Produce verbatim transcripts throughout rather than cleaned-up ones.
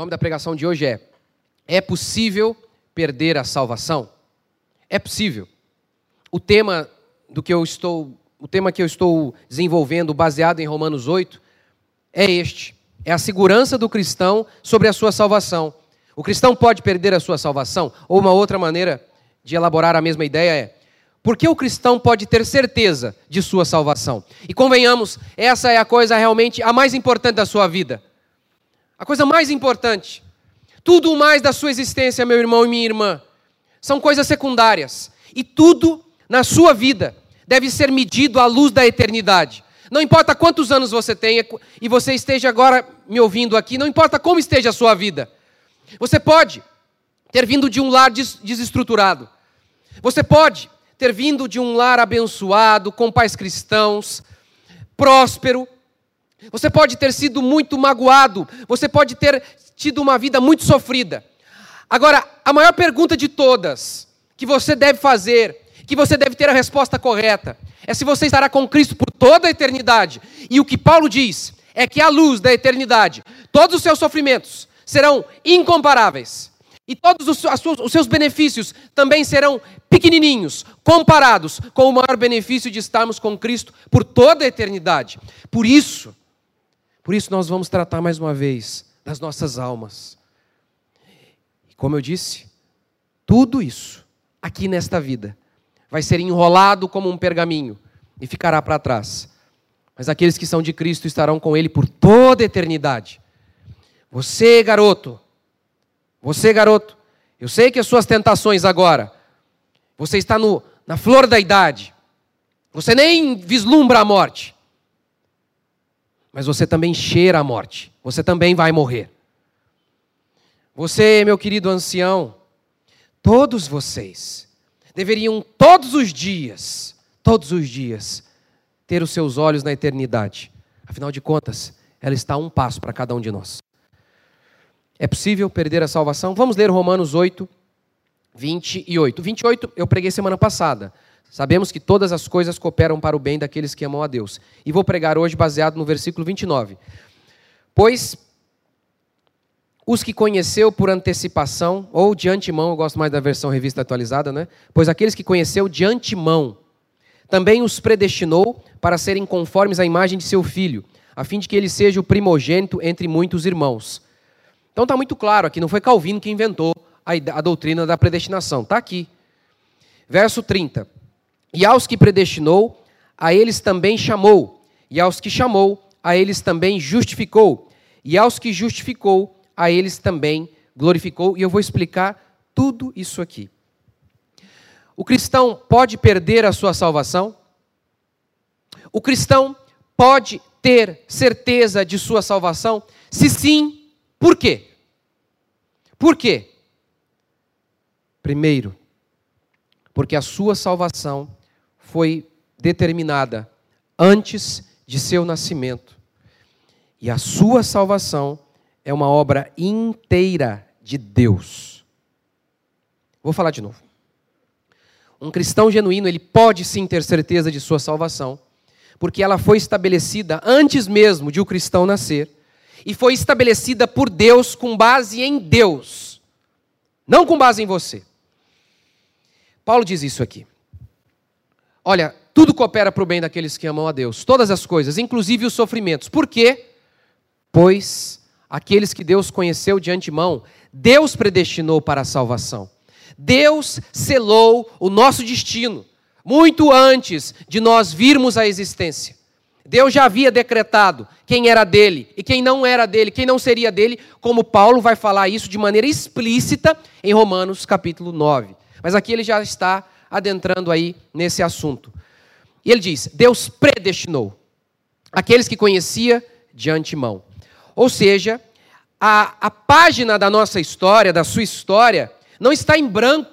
nome da pregação de hoje é: é possível perder a salvação? É possível. O tema do que eu estou, o tema que eu estou desenvolvendo, baseado em Romanos oito, é este: é a segurança do cristão sobre a sua salvação. O cristão pode perder a sua salvação? Ou uma outra maneira de elaborar a mesma ideia é: por que o cristão pode ter certeza de sua salvação? E convenhamos, essa é a coisa realmente a mais importante da sua vida. A coisa mais importante. Tudo mais da sua existência, meu irmão e minha irmã, são coisas secundárias. E tudo na sua vida deve ser medido à luz da eternidade. Não importa quantos anos você tenha e você esteja agora me ouvindo aqui, não importa como esteja a sua vida. Você pode ter vindo de um lar des- desestruturado. Você pode ter vindo de um lar abençoado, com pais cristãos, próspero. Você pode ter sido muito magoado. Você pode ter tido uma vida muito sofrida. Agora, a maior pergunta de todas que você deve fazer, que você deve ter a resposta correta, é se você estará com Cristo por toda a eternidade. E o que Paulo diz é que à luz da eternidade, todos os seus sofrimentos serão incomparáveis. E todos os, os seus benefícios também serão pequenininhos, comparados com o maior benefício de estarmos com Cristo por toda a eternidade. Por isso, por isso nós vamos tratar mais uma vez das nossas almas. E como eu disse, tudo isso aqui nesta vida vai ser enrolado como um pergaminho e ficará para trás. Mas aqueles que são de Cristo estarão com Ele por toda a eternidade. Você, garoto, você, garoto, eu sei que as suas tentações agora, você está no, na flor da idade, você nem vislumbra a morte, mas você também cheira a morte, você também vai morrer. Você, meu querido ancião, todos vocês deveriam todos os dias, todos os dias, ter os seus olhos na eternidade. Afinal de contas, ela está a um passo para cada um de nós. É possível perder a salvação? Vamos ler Romanos oito, vinte e oito. vinte e oito eu preguei semana passada. Sabemos que todas as coisas cooperam para o bem daqueles que amam a Deus. E vou pregar hoje baseado no versículo vinte e nove. Pois os que conheceu por antecipação, ou de antemão, eu gosto mais da versão revista atualizada, né? Pois aqueles que conheceu de antemão, também os predestinou para serem conformes à imagem de seu Filho, a fim de que ele seja o primogênito entre muitos irmãos. Então está muito claro aqui, não foi Calvino que inventou a, a doutrina da predestinação, está aqui. Verso trinta. E aos que predestinou, a eles também chamou, e aos que chamou, a eles também justificou, e aos que justificou, a eles também glorificou. E eu vou explicar tudo isso aqui. O cristão pode perder a sua salvação? O cristão pode ter certeza de sua salvação? Se sim, por quê? Por quê? Primeiro, porque a sua salvação foi determinada antes de seu nascimento. E a sua salvação é uma obra inteira de Deus. Vou falar de novo. Um cristão genuíno, ele pode sim ter certeza de sua salvação, porque ela foi estabelecida antes mesmo de o cristão nascer, e foi estabelecida por Deus com base em Deus, não com base em você. Paulo diz isso aqui. Olha, tudo coopera para o bem daqueles que amam a Deus, todas as coisas, inclusive os sofrimentos. Por quê? Pois aqueles que Deus conheceu de antemão, Deus predestinou para a salvação. Deus selou o nosso destino, muito antes de nós virmos à existência. Deus já havia decretado quem era dele e quem não era dele, quem não seria dele, como Paulo vai falar isso de maneira explícita em Romanos capítulo nove. Mas aqui ele já está adentrando aí nesse assunto. E ele diz, Deus predestinou aqueles que conhecia de antemão. Ou seja, a, a página da nossa história, da sua história, não está em branco.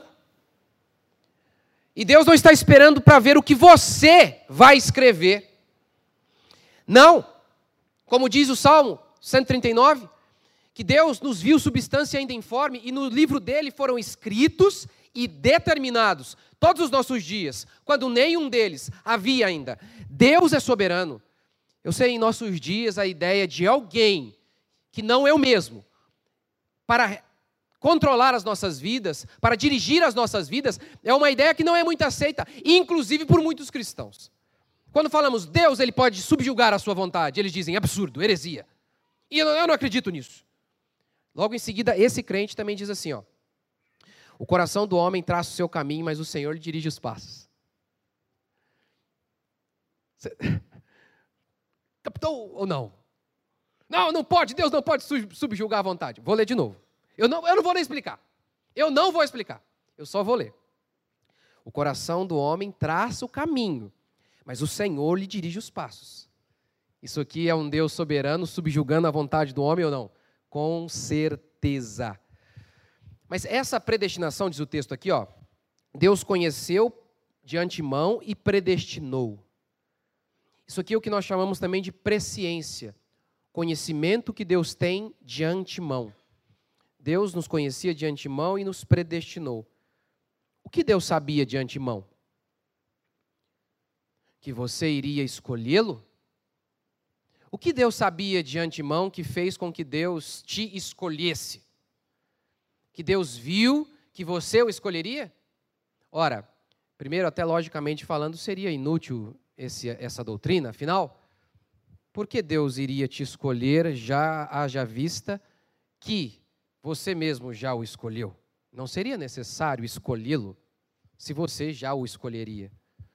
E Deus não está esperando para ver o que você vai escrever. Não, como diz o Salmo cento e trinta e nove, que Deus nos viu substância ainda informe e no livro dele foram escritos e determinados todos os nossos dias, quando nenhum deles havia ainda. Deus é soberano. Eu sei em nossos dias a ideia de alguém que não eu mesmo para controlar as nossas vidas, para dirigir as nossas vidas, é uma ideia que não é muito aceita, inclusive por muitos cristãos. Quando falamos Deus, ele pode subjugar a sua vontade, eles dizem absurdo, heresia. E eu não, eu não acredito nisso. Logo em seguida, esse crente também diz assim, ó, o coração do homem traça o seu caminho, mas o Senhor lhe dirige os passos. Você... Captou ou não? Não, não pode, Deus não pode subjugar a vontade. Vou ler de novo. Eu não, eu não vou nem explicar. Eu não vou explicar. Eu só vou ler. O coração do homem traça o caminho, mas o Senhor lhe dirige os passos. Isso aqui é um Deus soberano subjugando a vontade do homem ou não? Com certeza. Mas essa predestinação, diz o texto aqui, ó, Deus conheceu de antemão e predestinou. Isso aqui é o que nós chamamos também de presciência. Conhecimento que Deus tem de antemão. Deus nos conhecia de antemão e nos predestinou. O que Deus sabia de antemão? Que você iria escolhê-lo? O que Deus sabia de antemão que fez com que Deus te escolhesse? Que Deus viu que você o escolheria? Ora, primeiro, até logicamente falando, seria inútil esse, essa doutrina, afinal, por que Deus iria te escolher, já haja vista que você mesmo já o escolheu? Não seria necessário escolhê-lo se você já o escolheria.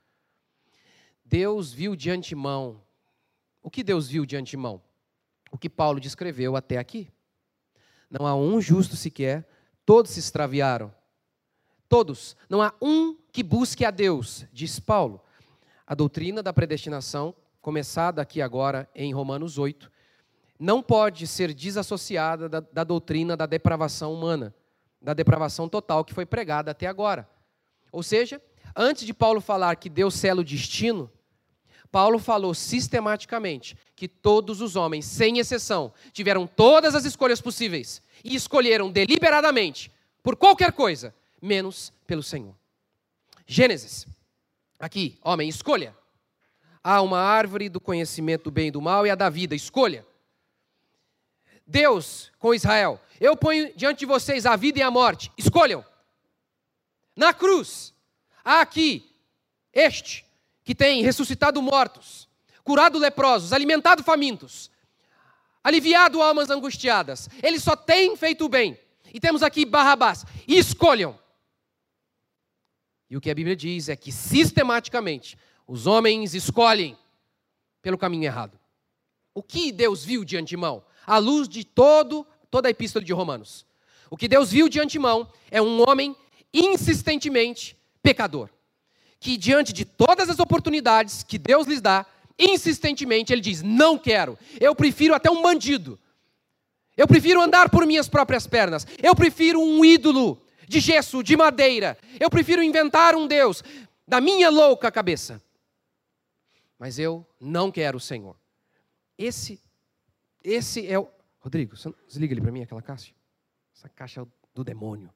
Deus viu de antemão. O que Deus viu de antemão? O que Paulo descreveu até aqui. Não há um justo sequer, todos se extraviaram. Todos. Não há um que busque a Deus, diz Paulo. A doutrina da predestinação, começada aqui agora em Romanos oito, não pode ser desassociada da, da doutrina da depravação humana, da depravação total que foi pregada até agora. Ou seja, antes de Paulo falar que Deus sela o destino, Paulo falou sistematicamente que todos os homens, sem exceção, tiveram todas as escolhas possíveis e escolheram deliberadamente por qualquer coisa, menos pelo Senhor. Gênesis, aqui, homem, escolha. Há uma árvore do conhecimento do bem e do mal e a da vida, escolha. Deus com Israel, eu ponho diante de vocês a vida e a morte, escolham. Na cruz, há aqui este que tem ressuscitado mortos, curado leprosos, alimentado famintos, aliviado almas angustiadas. Ele só tem feito o bem. E temos aqui Barrabás. Escolham. E o que a Bíblia diz é que sistematicamente os homens escolhem pelo caminho errado. O que Deus viu de antemão? À luz de todo, toda a epístola de Romanos. O que Deus viu de antemão é um homem insistentemente pecador. Que diante de todas as oportunidades que Deus lhes dá, insistentemente ele diz, não quero, eu prefiro até um bandido, eu prefiro andar por minhas próprias pernas, eu prefiro um ídolo de gesso, de madeira, eu prefiro inventar um Deus da minha louca cabeça, mas eu não quero o Senhor. Esse, esse é o... Rodrigo, desliga ali para mim aquela caixa, essa caixa é do demônio.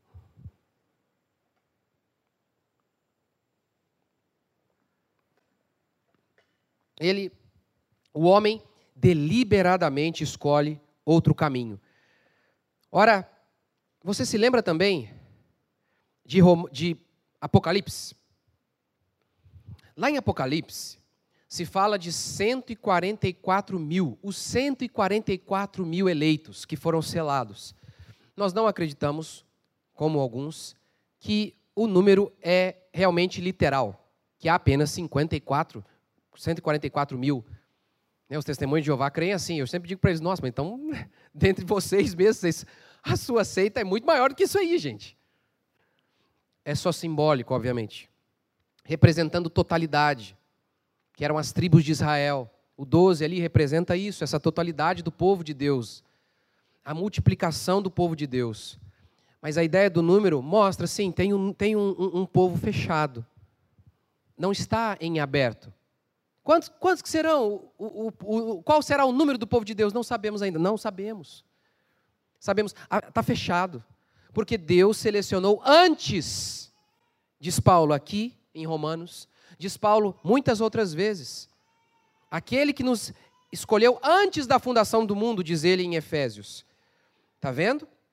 Ele, o homem, deliberadamente escolhe outro caminho. Ora, você se lembra também de, de Apocalipse? Lá em Apocalipse, se fala de cento e quarenta e quatro mil, os cento e quarenta e quatro mil eleitos que foram selados. Nós não acreditamos, como alguns, que o número é realmente literal, que há apenas cinquenta e quatro cento e quarenta e quatro mil. Os testemunhos de Jeová creem assim. Eu sempre digo para eles, nossa, mas então, dentre vocês mesmos, vocês, a sua seita é muito maior do que isso aí, gente. É só simbólico, obviamente. Representando totalidade, que eram as tribos de Israel. O doze ali representa isso, essa totalidade do povo de Deus. A multiplicação do povo de Deus. Mas a ideia do número mostra, sim, tem um, tem um, um, um povo fechado. Não está em aberto. Quantos, quantos que serão? O, o, o, qual será o número do povo de Deus? Não sabemos ainda. Não sabemos. Sabemos. Está fechado. Porque Deus selecionou antes, diz Paulo aqui em Romanos, diz Paulo muitas outras vezes. Aquele que nos escolheu antes da fundação do mundo, diz ele em Efésios. Está vendo?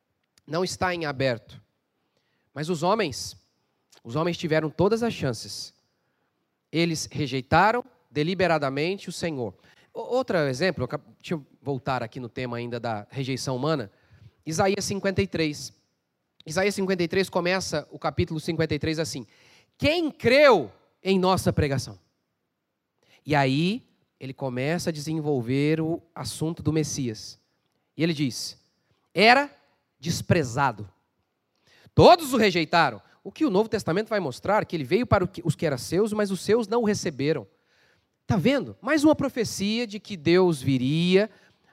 não está em aberto. Mas os homens, os homens tiveram todas as chances. Eles rejeitaram deliberadamente o Senhor. Outro exemplo, deixa eu voltar aqui no tema ainda da rejeição humana. Isaías cinquenta e três. Isaías cinquenta e três começa o capítulo cinquenta e três assim: quem creu em nossa pregação? E aí ele começa a desenvolver o assunto do Messias. E ele diz: era desprezado. Todos o rejeitaram. O que o Novo Testamento vai mostrar, que ele veio para os que eram seus, mas os seus não o receberam. Está vendo? Mais uma profecia de que Deus viria,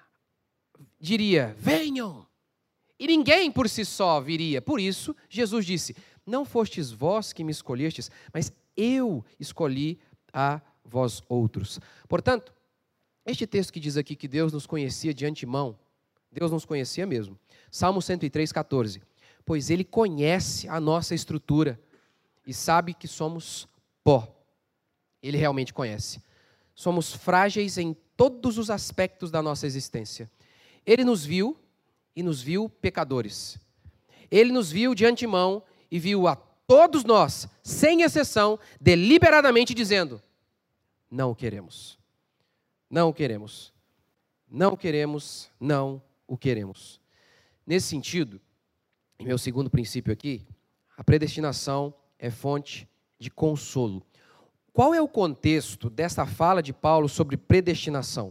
diria, venham. E ninguém por si só viria. Por isso, Jesus disse, não fostes vós que me escolhestes, mas eu escolhi a vós outros. Portanto, este texto que diz aqui que Deus nos conhecia de antemão, Deus nos conhecia mesmo. Salmo cento e três, quatorze. Pois Ele conhece a nossa estrutura e sabe que somos pó. Ele realmente conhece. Somos frágeis em todos os aspectos da nossa existência. Ele nos viu e nos viu pecadores. Ele nos viu de antemão e viu a todos nós, sem exceção, deliberadamente dizendo, não o queremos. Não o queremos. Não o queremos, não o queremos. Nesse sentido, meu segundo princípio aqui, a predestinação é fonte de consolo. Qual é o contexto desta fala de Paulo sobre predestinação?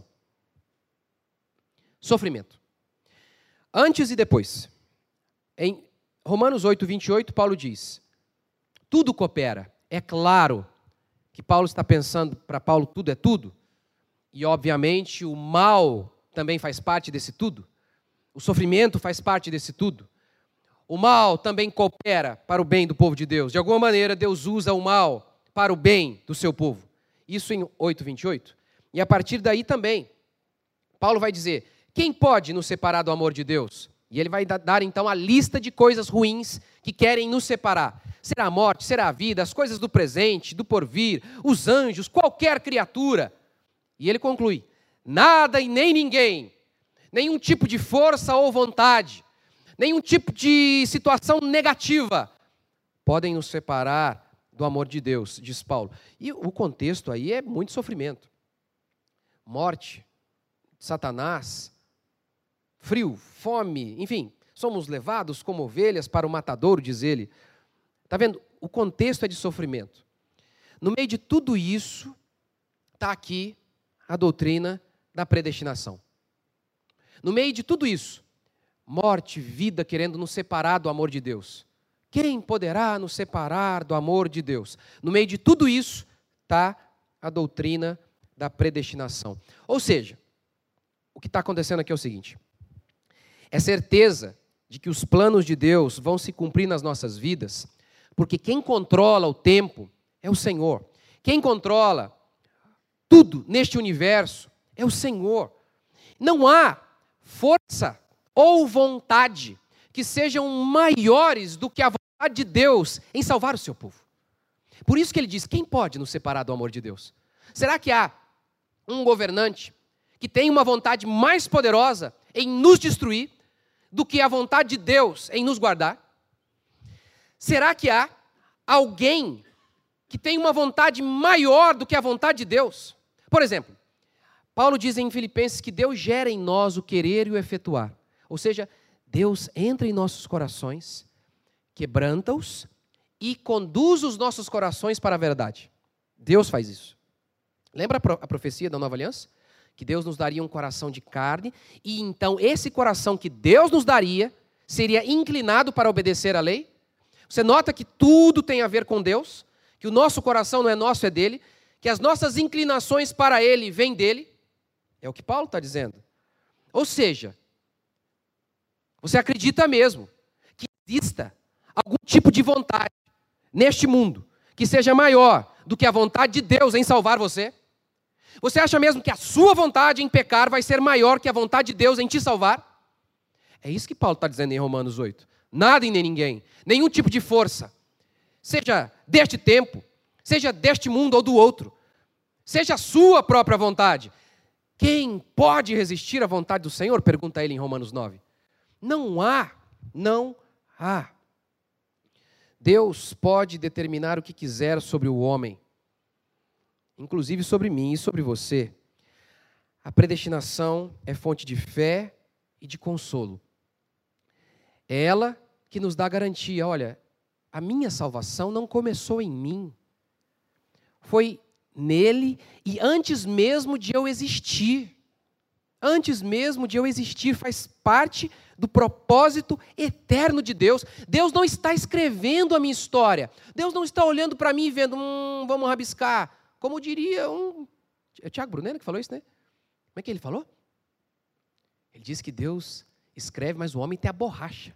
Sofrimento. Antes e depois. Em Romanos oito, vinte e oito, Paulo diz, tudo coopera. É claro que Paulo está pensando, para Paulo tudo é tudo. E obviamente o mal também faz parte desse tudo. O sofrimento faz parte desse tudo. O mal também coopera para o bem do povo de Deus. De alguma maneira, Deus usa o mal para o bem do seu povo. Isso em oito, vinte e oito. E a partir daí também, Paulo vai dizer, quem pode nos separar do amor de Deus? E ele vai dar então a lista de coisas ruins que querem nos separar. Será a morte, será a vida, as coisas do presente, do porvir, os anjos, qualquer criatura. E ele conclui, nada e nem ninguém, nenhum tipo de força ou vontade, nenhum tipo de situação negativa podem nos separar do amor de Deus, diz Paulo. E o contexto aí é muito sofrimento. Morte, Satanás, frio, fome, enfim, somos levados como ovelhas para o matadouro, diz ele. Está vendo? O contexto é de sofrimento. No meio de tudo isso, está aqui a doutrina da predestinação. No meio de tudo isso, morte, vida querendo nos separar do amor de Deus. Quem poderá nos separar do amor de Deus? No meio de tudo isso está a doutrina da predestinação. Ou seja, o que está acontecendo aqui é o seguinte, é certeza de que os planos de Deus vão se cumprir nas nossas vidas, porque quem controla o tempo é o Senhor. Quem controla tudo neste universo é o Senhor. Não há força ou vontade que sejam maiores do que a vontade de Deus em salvar o seu povo. Por isso que ele diz, quem pode nos separar do amor de Deus? Será que há um governante que tem uma vontade mais poderosa em nos destruir do que a vontade de Deus em nos guardar? Será que há alguém que tem uma vontade maior do que a vontade de Deus? Por exemplo, Paulo diz em Filipenses que Deus gera em nós o querer e o efetuar. Ou seja, Deus entra em nossos corações, quebranta-os e conduz os nossos corações para a verdade. Deus faz isso. Lembra a profecia da Nova Aliança? Que Deus nos daria um coração de carne e então esse coração que Deus nos daria seria inclinado para obedecer à lei? Você nota que tudo tem a ver com Deus? Que o nosso coração não é nosso, é dele? Que as nossas inclinações para ele vêm dele? É o que Paulo está dizendo. Ou seja, você acredita mesmo que exista algum tipo de vontade neste mundo que seja maior do que a vontade de Deus em salvar você? Você acha mesmo que a sua vontade em pecar vai ser maior que a vontade de Deus em te salvar? É isso que Paulo está dizendo em Romanos oito. Nada e nem ninguém, nenhum tipo de força, seja deste tempo, seja deste mundo ou do outro, seja a sua própria vontade. Quem pode resistir à vontade do Senhor? Pergunta ele em Romanos nove. Não há Não há. Deus pode determinar o que quiser sobre o homem, inclusive sobre mim e sobre você. A predestinação é fonte de fé e de consolo. É ela que nos dá garantia. Olha, a minha salvação não começou em mim. Foi nele e antes mesmo de eu existir. Antes mesmo de eu existir, faz parte do propósito eterno de Deus. Deus não está escrevendo a minha história. Deus não está olhando para mim e vendo, hum, vamos rabiscar. Como diria um... É o Tiago Brunello que falou isso, né? Como é que ele falou? Ele disse que Deus escreve, mas o homem tem a borracha.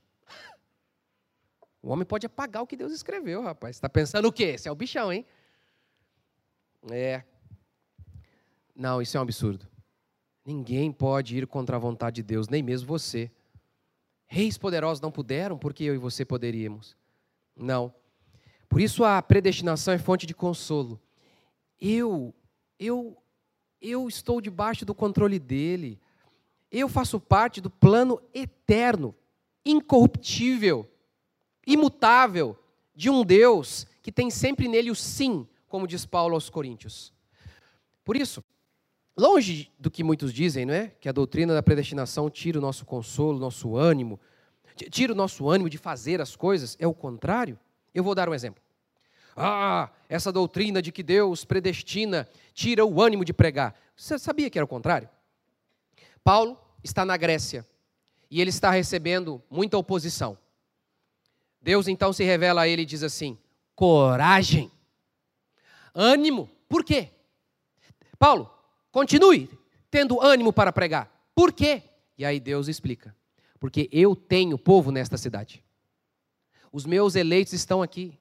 O homem pode apagar o que Deus escreveu, rapaz. Você está pensando o quê? Esse é o bichão, hein? É. Não, isso é um absurdo. Ninguém pode ir contra a vontade de Deus, nem mesmo você. Reis poderosos não puderam, porque eu e você poderíamos. Não. Por isso a predestinação é fonte de consolo. Eu, eu, eu estou debaixo do controle dele. Eu faço parte do plano eterno, incorruptível, imutável, de um Deus que tem sempre nele o sim, como diz Paulo aos Coríntios. Por isso, longe do que muitos dizem, não é? Que a doutrina da predestinação tira o nosso consolo, nosso ânimo, tira o nosso ânimo de fazer as coisas, é o contrário. Eu vou dar um exemplo. Ah, essa doutrina de que Deus predestina tira o ânimo de pregar. Você sabia que era o contrário? Paulo está na Grécia e ele está recebendo muita oposição. Deus então se revela a ele e diz assim, coragem, ânimo. Por quê? Paulo, continue tendo ânimo para pregar. Por quê? E aí Deus explica. Porque eu tenho povo nesta cidade. Os meus eleitos estão aqui.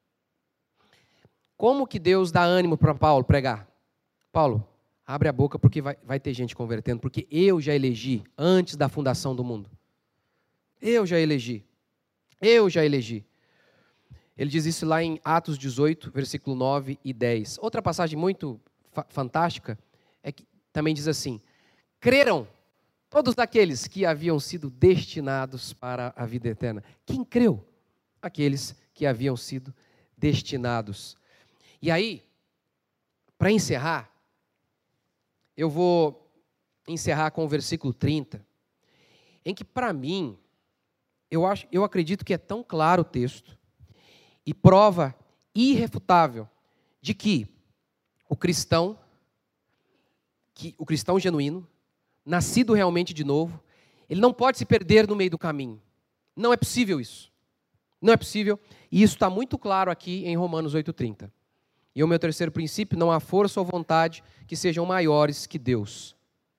Como que Deus dá ânimo para Paulo pregar? Paulo, abre a boca porque vai, vai ter gente convertendo, porque eu já elegi antes da fundação do mundo. Eu já elegi. Eu já elegi. Ele diz isso lá em Atos dezoito, versículo nove e dez. Outra passagem muito fa- fantástica é que também diz assim, creram todos aqueles que haviam sido destinados para a vida eterna. Quem creu? Aqueles que haviam sido destinados. E aí, para encerrar, eu vou encerrar com o versículo trinta, em que para mim, eu, acho, eu acredito que é tão claro o texto e prova irrefutável de que o cristão, que o cristão genuíno, nascido realmente de novo, ele não pode se perder no meio do caminho. Não é possível isso. Não é possível. E isso está muito claro aqui em Romanos oito, trinta. E o meu terceiro princípio, não há força ou vontade que sejam maiores que Deus.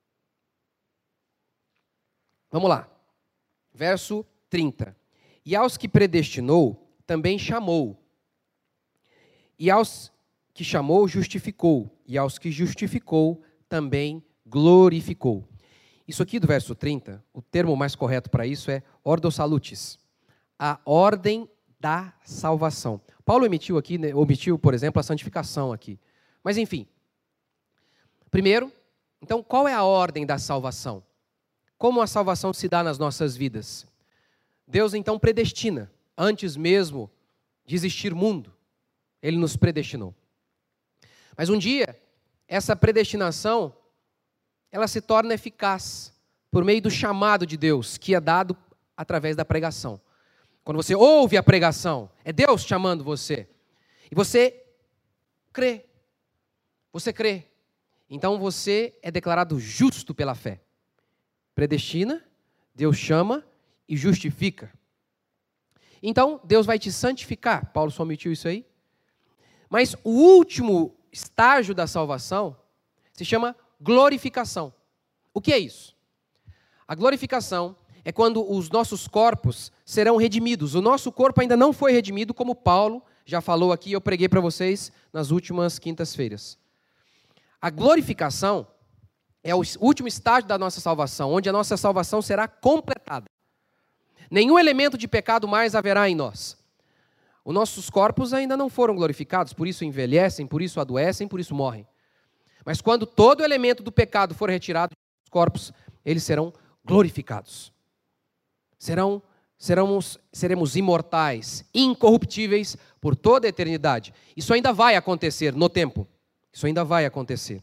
Vamos lá. Verso trinta. E aos que predestinou, também chamou. E aos que chamou, justificou. E aos que justificou, também glorificou. Isso aqui do verso trinta, o termo mais correto para isso é ordo salutis. A ordem da salvação. Paulo omitiu aqui, né, omitiu, por exemplo, a santificação aqui. Mas enfim. Primeiro, então, qual é a ordem da salvação? Como a salvação se dá nas nossas vidas? Deus então predestina, antes mesmo de existir mundo, Ele nos predestinou. Mas um dia, essa predestinação, ela se torna eficaz por meio do chamado de Deus, que é dado através da pregação. Quando você ouve a pregação, é Deus chamando você. E você crê. Você crê. Então você é declarado justo pela fé. Predestina, Deus chama e justifica. Então Deus vai te santificar. Paulo só omitiu isso aí. Mas o último estágio da salvação se chama glorificação. O que é isso? A glorificação é quando os nossos corpos serão redimidos. O nosso corpo ainda não foi redimido, como Paulo já falou aqui, eu preguei para vocês nas últimas quintas-feiras. A glorificação é o último estágio da nossa salvação, onde a nossa salvação será completada. Nenhum elemento de pecado mais haverá em nós. Os nossos corpos ainda não foram glorificados, por isso envelhecem, por isso adoecem, por isso morrem. Mas quando todo elemento do pecado for retirado dos corpos, eles serão glorificados. Serão seremos, seremos imortais, incorruptíveis por toda a eternidade. Isso ainda vai acontecer no tempo. Isso ainda vai acontecer.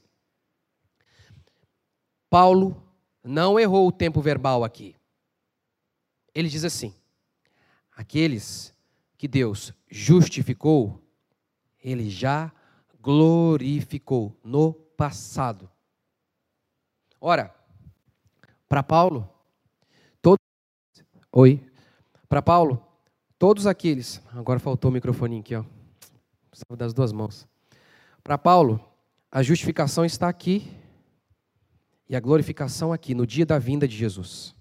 Paulo não errou o tempo verbal aqui. Ele diz assim: aqueles que Deus justificou, Ele já glorificou no passado. Ora, para Paulo, todo... Oi. Para Paulo, todos aqueles... Agora faltou o microfone aqui, ó. Precisava das duas mãos. Para Paulo, a justificação está aqui e a glorificação aqui, no dia da vinda de Jesus.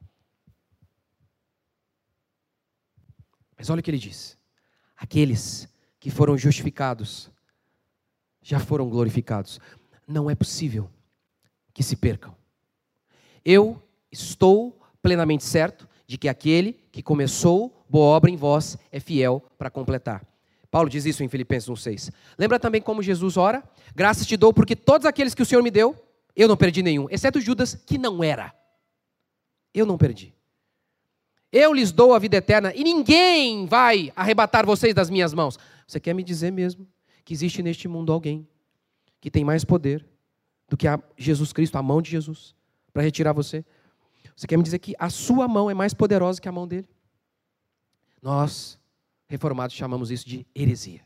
Mas olha o que ele diz. Aqueles que foram justificados já foram glorificados. Não é possível que se percam. Eu estou plenamente certo de que aquele que começou boa obra em vós é fiel para completar. Paulo diz isso em Filipenses um seis. Lembra também como Jesus ora? Graças te dou porque todos aqueles que o Senhor me deu, eu não perdi nenhum, exceto Judas, que não era. Eu não perdi. Eu lhes dou a vida eterna e ninguém vai arrebatar vocês das minhas mãos. Você quer me dizer mesmo que existe neste mundo alguém que tem mais poder do que a Jesus Cristo, a mão de Jesus, para retirar você? Você quer me dizer que a sua mão é mais poderosa que a mão dele? Nós, reformados, chamamos isso de heresia.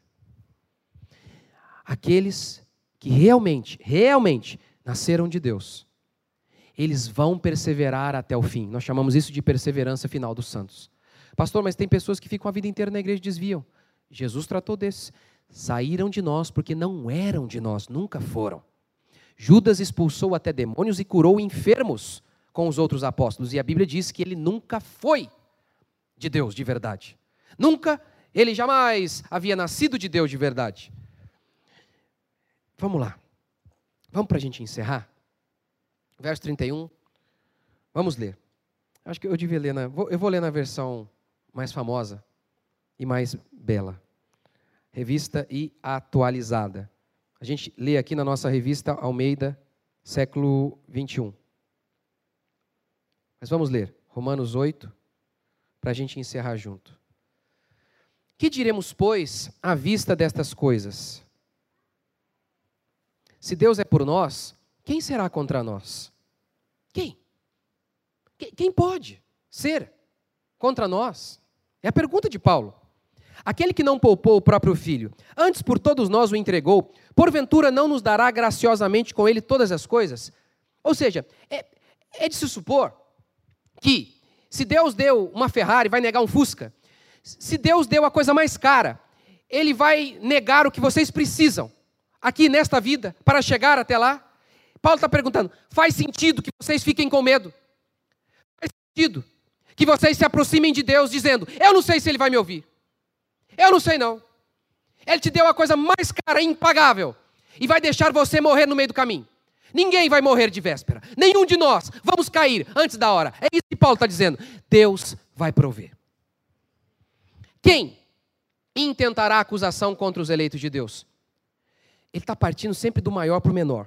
Aqueles que realmente, realmente nasceram de Deus, eles vão perseverar até o fim. Nós chamamos isso de perseverança final dos santos. Pastor, mas tem pessoas que ficam a vida inteira na igreja e desviam. Jesus tratou desses. Saíram de nós porque não eram de nós, nunca foram. Judas expulsou até demônios e curou enfermos com os outros apóstolos. E a Bíblia diz que ele nunca foi de Deus de verdade. Nunca, ele jamais havia nascido de Deus de verdade. Vamos lá. Vamos para a gente encerrar? Verso trinta e um. Vamos ler. Acho que eu devia ler na... Eu vou ler na versão mais famosa e mais bela. Revista e atualizada. A gente lê aqui na nossa revista Almeida, século vinte e um. Mas vamos ler. Romanos oito, para a gente encerrar junto. Que diremos, pois, à vista destas coisas? Se Deus é por nós, quem será contra nós? Quem? Quem pode ser contra nós? É a pergunta de Paulo. Aquele que não poupou o próprio filho, antes por todos nós o entregou, porventura não nos dará graciosamente com ele todas as coisas? Ou seja, é, é de se supor que se Deus deu uma Ferrari, vai negar um Fusca. Se Deus deu a coisa mais cara, Ele vai negar o que vocês precisam aqui nesta vida para chegar até lá? Paulo está perguntando, faz sentido que vocês fiquem com medo? Faz sentido que vocês se aproximem de Deus dizendo, eu não sei se Ele vai me ouvir. Eu não sei não. Ele te deu a coisa mais cara, impagável, e vai deixar você morrer no meio do caminho. Ninguém vai morrer de véspera. Nenhum de nós vamos cair antes da hora. É isso que Paulo está dizendo. Deus vai prover. Quem intentará acusação contra os eleitos de Deus? Ele está partindo sempre do maior para o menor.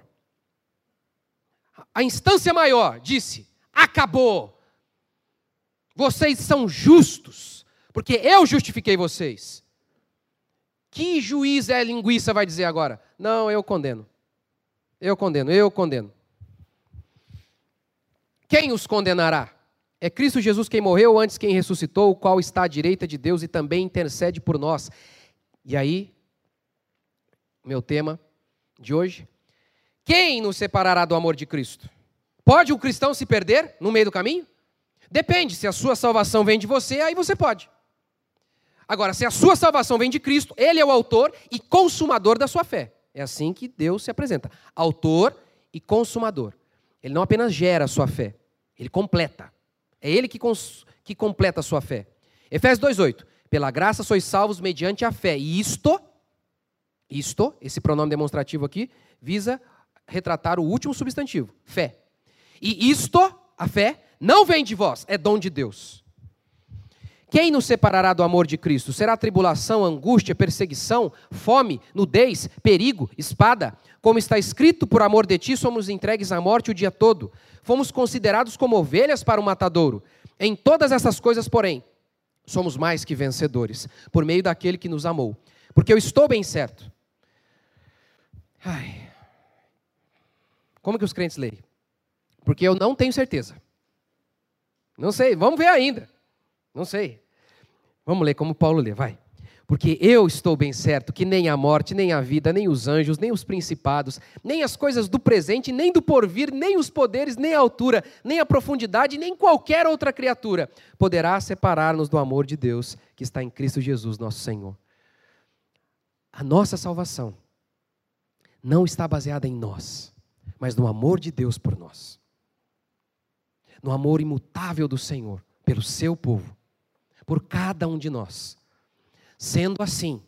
A instância maior disse, acabou. Vocês são justos, porque eu justifiquei vocês. Que juiz é linguiça vai dizer agora? Não, eu condeno. Eu condeno, eu condeno. Quem os condenará? É Cristo Jesus quem morreu, antes quem ressuscitou, o qual está à direita de Deus e também intercede por nós. E aí, meu tema de hoje, quem nos separará do amor de Cristo? Pode o cristão se perder no meio do caminho? Depende, se a sua salvação vem de você, aí você pode. Agora, se a sua salvação vem de Cristo, Ele é o autor e consumador da sua fé. É assim que Deus se apresenta. Autor e consumador. Ele não apenas gera a sua fé, Ele completa. É Ele que, cons- que completa a sua fé. Efésios dois, oito. Pela graça sois salvos mediante a fé. E isto, isto, esse pronome demonstrativo aqui, visa retratar o último substantivo, fé. E isto, a fé, não vem de vós, é dom de Deus. Quem nos separará do amor de Cristo? Será tribulação, angústia, perseguição, fome, nudez, perigo, espada? Como está escrito, por amor de ti somos entregues à morte o dia todo. Fomos considerados como ovelhas para o matadouro. Em todas essas coisas, porém, somos mais que vencedores, por meio daquele que nos amou. Porque eu estou bem certo. Ai. Como que os crentes leem? Porque eu não tenho certeza. Não sei, vamos ver ainda. Não sei. Vamos ler como Paulo lê, vai. Porque eu estou bem certo que nem a morte, nem a vida, nem os anjos, nem os principados, nem as coisas do presente, nem do porvir, nem os poderes, nem a altura, nem a profundidade, nem qualquer outra criatura poderá separar-nos do amor de Deus que está em Cristo Jesus, nosso Senhor. A nossa salvação não está baseada em nós, mas no amor de Deus por nós. No amor imutável do Senhor pelo seu povo, por cada um de nós. Sendo assim,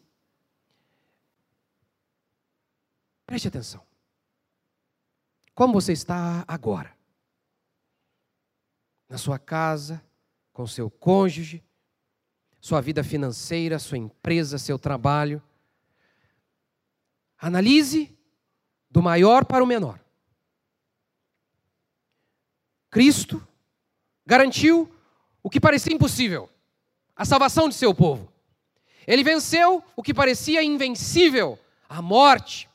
preste atenção. Como você está agora? Na sua casa, com seu cônjuge, sua vida financeira, sua empresa, seu trabalho. Analise do maior para o menor. Cristo garantiu o que parecia impossível, a salvação de seu povo. Ele venceu o que parecia invencível, a morte.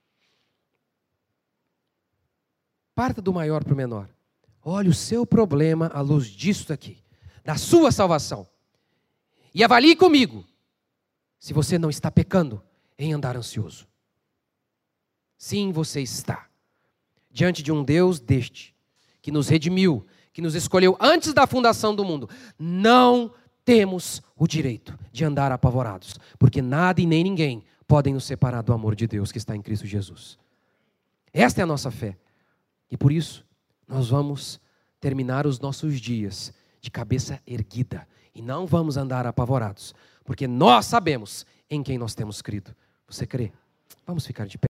Parta do maior para o menor. Olhe o seu problema à luz disso aqui, da sua salvação. E avalie comigo se você não está pecando em andar ansioso. Sim, você está. Diante de um Deus deste, que nos redimiu, que nos escolheu antes da fundação do mundo. Não temos o direito de andar apavorados, porque nada e nem ninguém podem nos separar do amor de Deus que está em Cristo Jesus. Esta é a nossa fé. E por isso, nós vamos terminar os nossos dias de cabeça erguida. E não vamos andar apavorados, porque nós sabemos em quem nós temos crido. Você crê? Vamos ficar de pé.